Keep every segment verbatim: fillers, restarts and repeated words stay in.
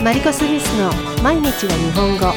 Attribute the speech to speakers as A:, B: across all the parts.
A: マリコ・スミスの毎日が日本語。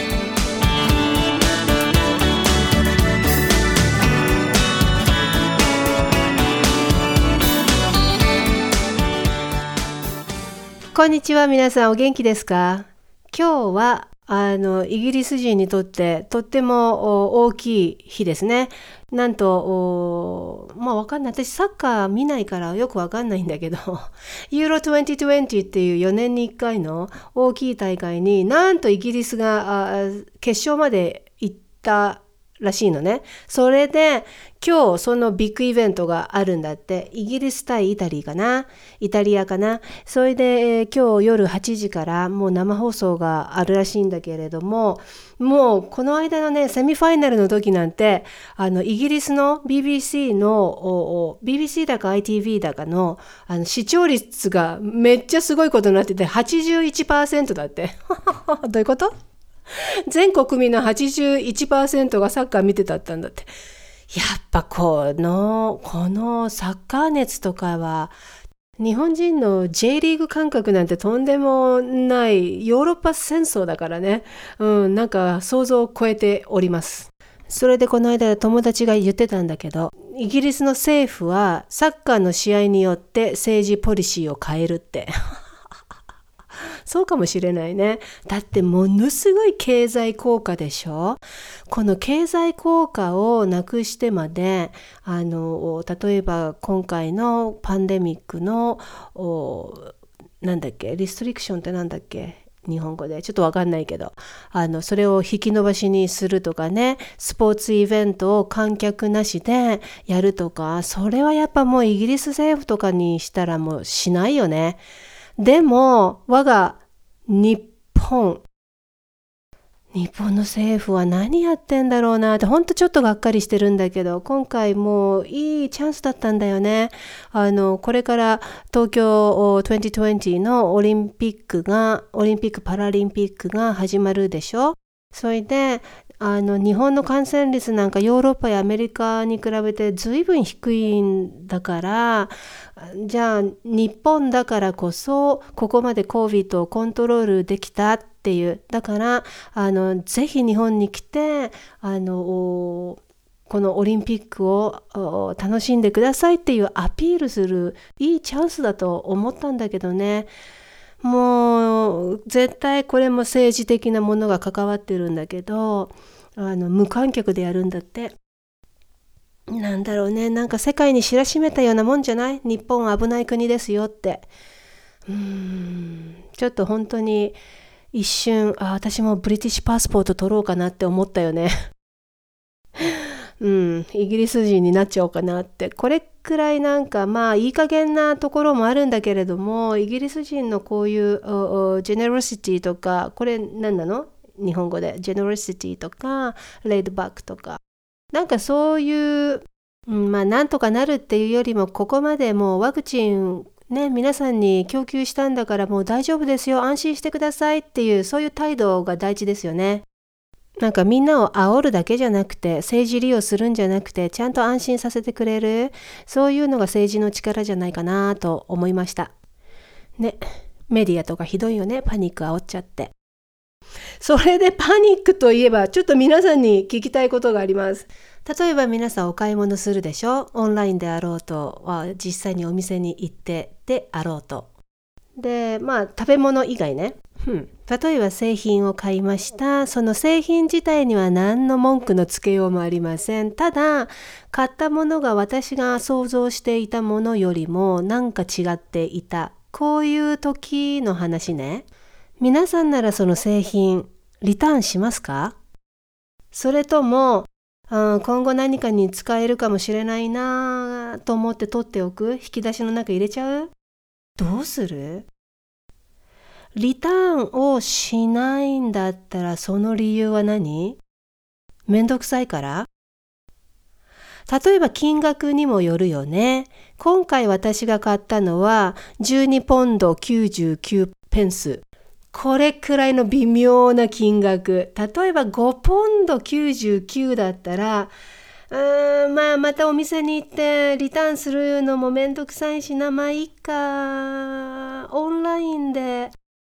A: こんにちは、皆さんお元気ですか？今日はあのイギリス人にとってとっても大きい日ですね。なんとまあわかんない、私サッカー見ないからよくわかんないんだけどユーロにせんにじゅうっていうよねんにいっかいの大きい大会になんとイギリスが決勝まで行ったらしいのね。それで今日そのビッグイベントがあるんだって。イギリス対イタリーかなイタリアかな。それで、えー、今日夜はちじからもう生放送があるらしいんだけれども、もうこの間のねセミファイナルの時なんてあのイギリスの ビービーシー の ビービーシー だか アイティーブイ だかの、あの視聴率がめっちゃすごいことになってて はちじゅういちパーセント だってどういうこと？全国民の はちじゅういちパーセント がサッカー見てたったんだって。やっぱこのこのサッカー熱とかは日本人の J リーグ感覚なんてとんでもないヨーロッパ戦争だからね、うん、なんか想像を超えております。それでこの間友達が言ってたんだけど、イギリスの政府はサッカーの試合によって政治ポリシーを変えるってそうかもしれないね。だってものすごい経済効果でしょ。この経済効果をなくしてまで、あの例えば今回のパンデミックのなんだっけリストリクションってなんだっけ日本語でちょっとわかんないけど、あのそれを引き延ばしにするとかね、スポーツイベントを観客なしでやるとか、それはやっぱもうイギリス政府とかにしたらもうしないよね。でも我が日本日本の政府は何やってんだろうなってほんとちょっとがっかりしてるんだけど、今回もういいチャンスだったんだよね。あのこれから東京にせんにじゅうのオリンピックがオリンピックパラリンピックが始まるでしょ。それであの日本の感染率なんかヨーロッパやアメリカに比べてずいぶん低いんだから、じゃあ日本だからこそここまで COVID をコントロールできたっていう、だからあのぜひ日本に来てあのこのオリンピックを楽しんでくださいっていうアピールするいいチャンスだと思ったんだけどね。もう絶対これも政治的なものが関わってるんだけど、あの無観客でやるんだって。なんだろうね、なんか世界に知らしめたようなもんじゃない？日本は危ない国ですよって。うーんちょっと本当に一瞬あ私もブリティッシュパスポート取ろうかなって思ったよねうん、イギリス人になっちゃおうかなって。これくらいなんかまあいい加減なところもあるんだけれども、イギリス人のこういうジェネロシティとか、これ何なの日本語でジェネロシティとかレイドバックとか、なんかそういう、うん、まあなんとかなるっていうよりも、ここまでもうワクチンね皆さんに供給したんだからもう大丈夫ですよ、安心してくださいっていう、そういう態度が大事ですよね。なんかみんなを煽るだけじゃなくて、政治利用するんじゃなくて、ちゃんと安心させてくれる、そういうのが政治の力じゃないかなと思いましたね。メディアとかひどいよね、パニック煽っちゃって。それでパニックといえばちょっと皆さんに聞きたいことがあります。例えば皆さんお買い物するでしょ。オンラインであろうとは実際にお店に行ってであろうと。でまあ食べ物以外ね、うん、例えば製品を買いました。その製品自体には何の文句のつけようもありません。ただ買ったものが私が想像していたものよりもなんか違っていた、こういう時の話ね。皆さんならその製品リターンしますか？それとも、うん、今後何かに使えるかもしれないなと思って取っておく？引き出しの中入れちゃう？どうする？リターンをしないんだったらその理由は何？めんどくさいから？例えば金額にもよるよね。今回私が買ったのはじゅうにポンドきゅうじゅうきゅうペンス。これくらいの微妙な金額。例えばごポンドきゅうじゅうきゅうだったら、うーんまあまたお店に行ってリターンするのもめんどくさいしな、まあいいか。オンラインで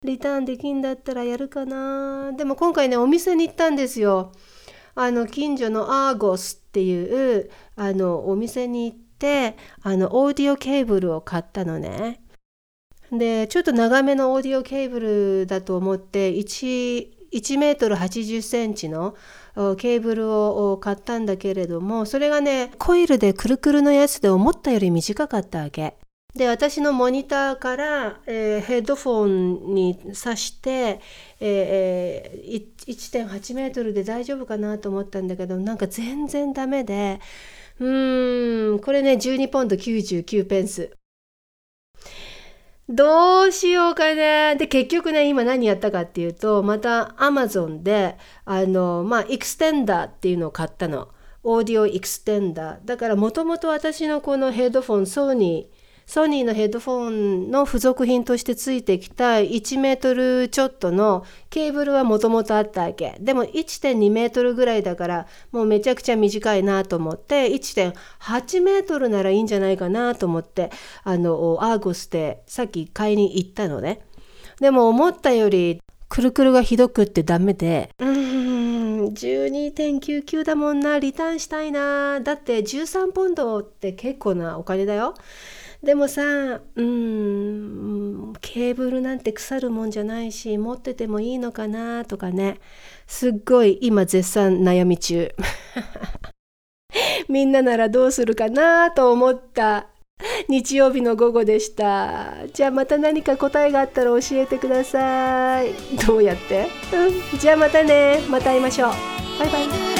A: リターンできんだったらやるかな。でも今回ね、お店に行ったんですよ。あの近所のアーゴスっていうあのお店に行って、あのオーディオケーブルを買ったのね。で、ちょっと長めのオーディオケーブルだと思って、1、いちメートルはちじゅっセンチのケーブルを買ったんだけれども、それがね、コイルでくるくるのやつで思ったより短かったわけ。で、私のモニターから、えーヘッドフォンに挿して、えーいいってんはちメートルで大丈夫かなと思ったんだけど、なんか全然ダメで、うーん、これね、じゅうにポンドきゅうじゅうきゅうペンス。どうしようかな。で、結局ね、今何やったかっていうと、また Amazon で、あの、まあ、エクステンダーっていうのを買ったの。オーディオエクステンダー。だから、もともと私のこのヘッドフォン、ソニー、ソニーのヘッドフォンの付属品としてついてきたいちメートルちょっとのケーブルはもともとあったわけ。でも いってんにメートルぐらいだから、もうめちゃくちゃ短いなと思って、いってんはちメートルならいいんじゃないかなと思って、あの、アーゴスでさっき買いに行ったのね。でも思ったより、くるくるがひどくってダメで、うーん、じゅうにてんきゅうきゅうだもんな、リターンしたいな。だってじゅうさんポンドって結構なお金だよ。でもさ、うーん、ケーブルなんて腐るもんじゃないし、持っててもいいのかなとかね。すっごい今絶賛悩み中。みんなならどうするかなと思った日曜日の午後でした。じゃあまた何か答えがあったら教えてください。どうやって？うん、じゃあまたね。また会いましょう。バイバイ。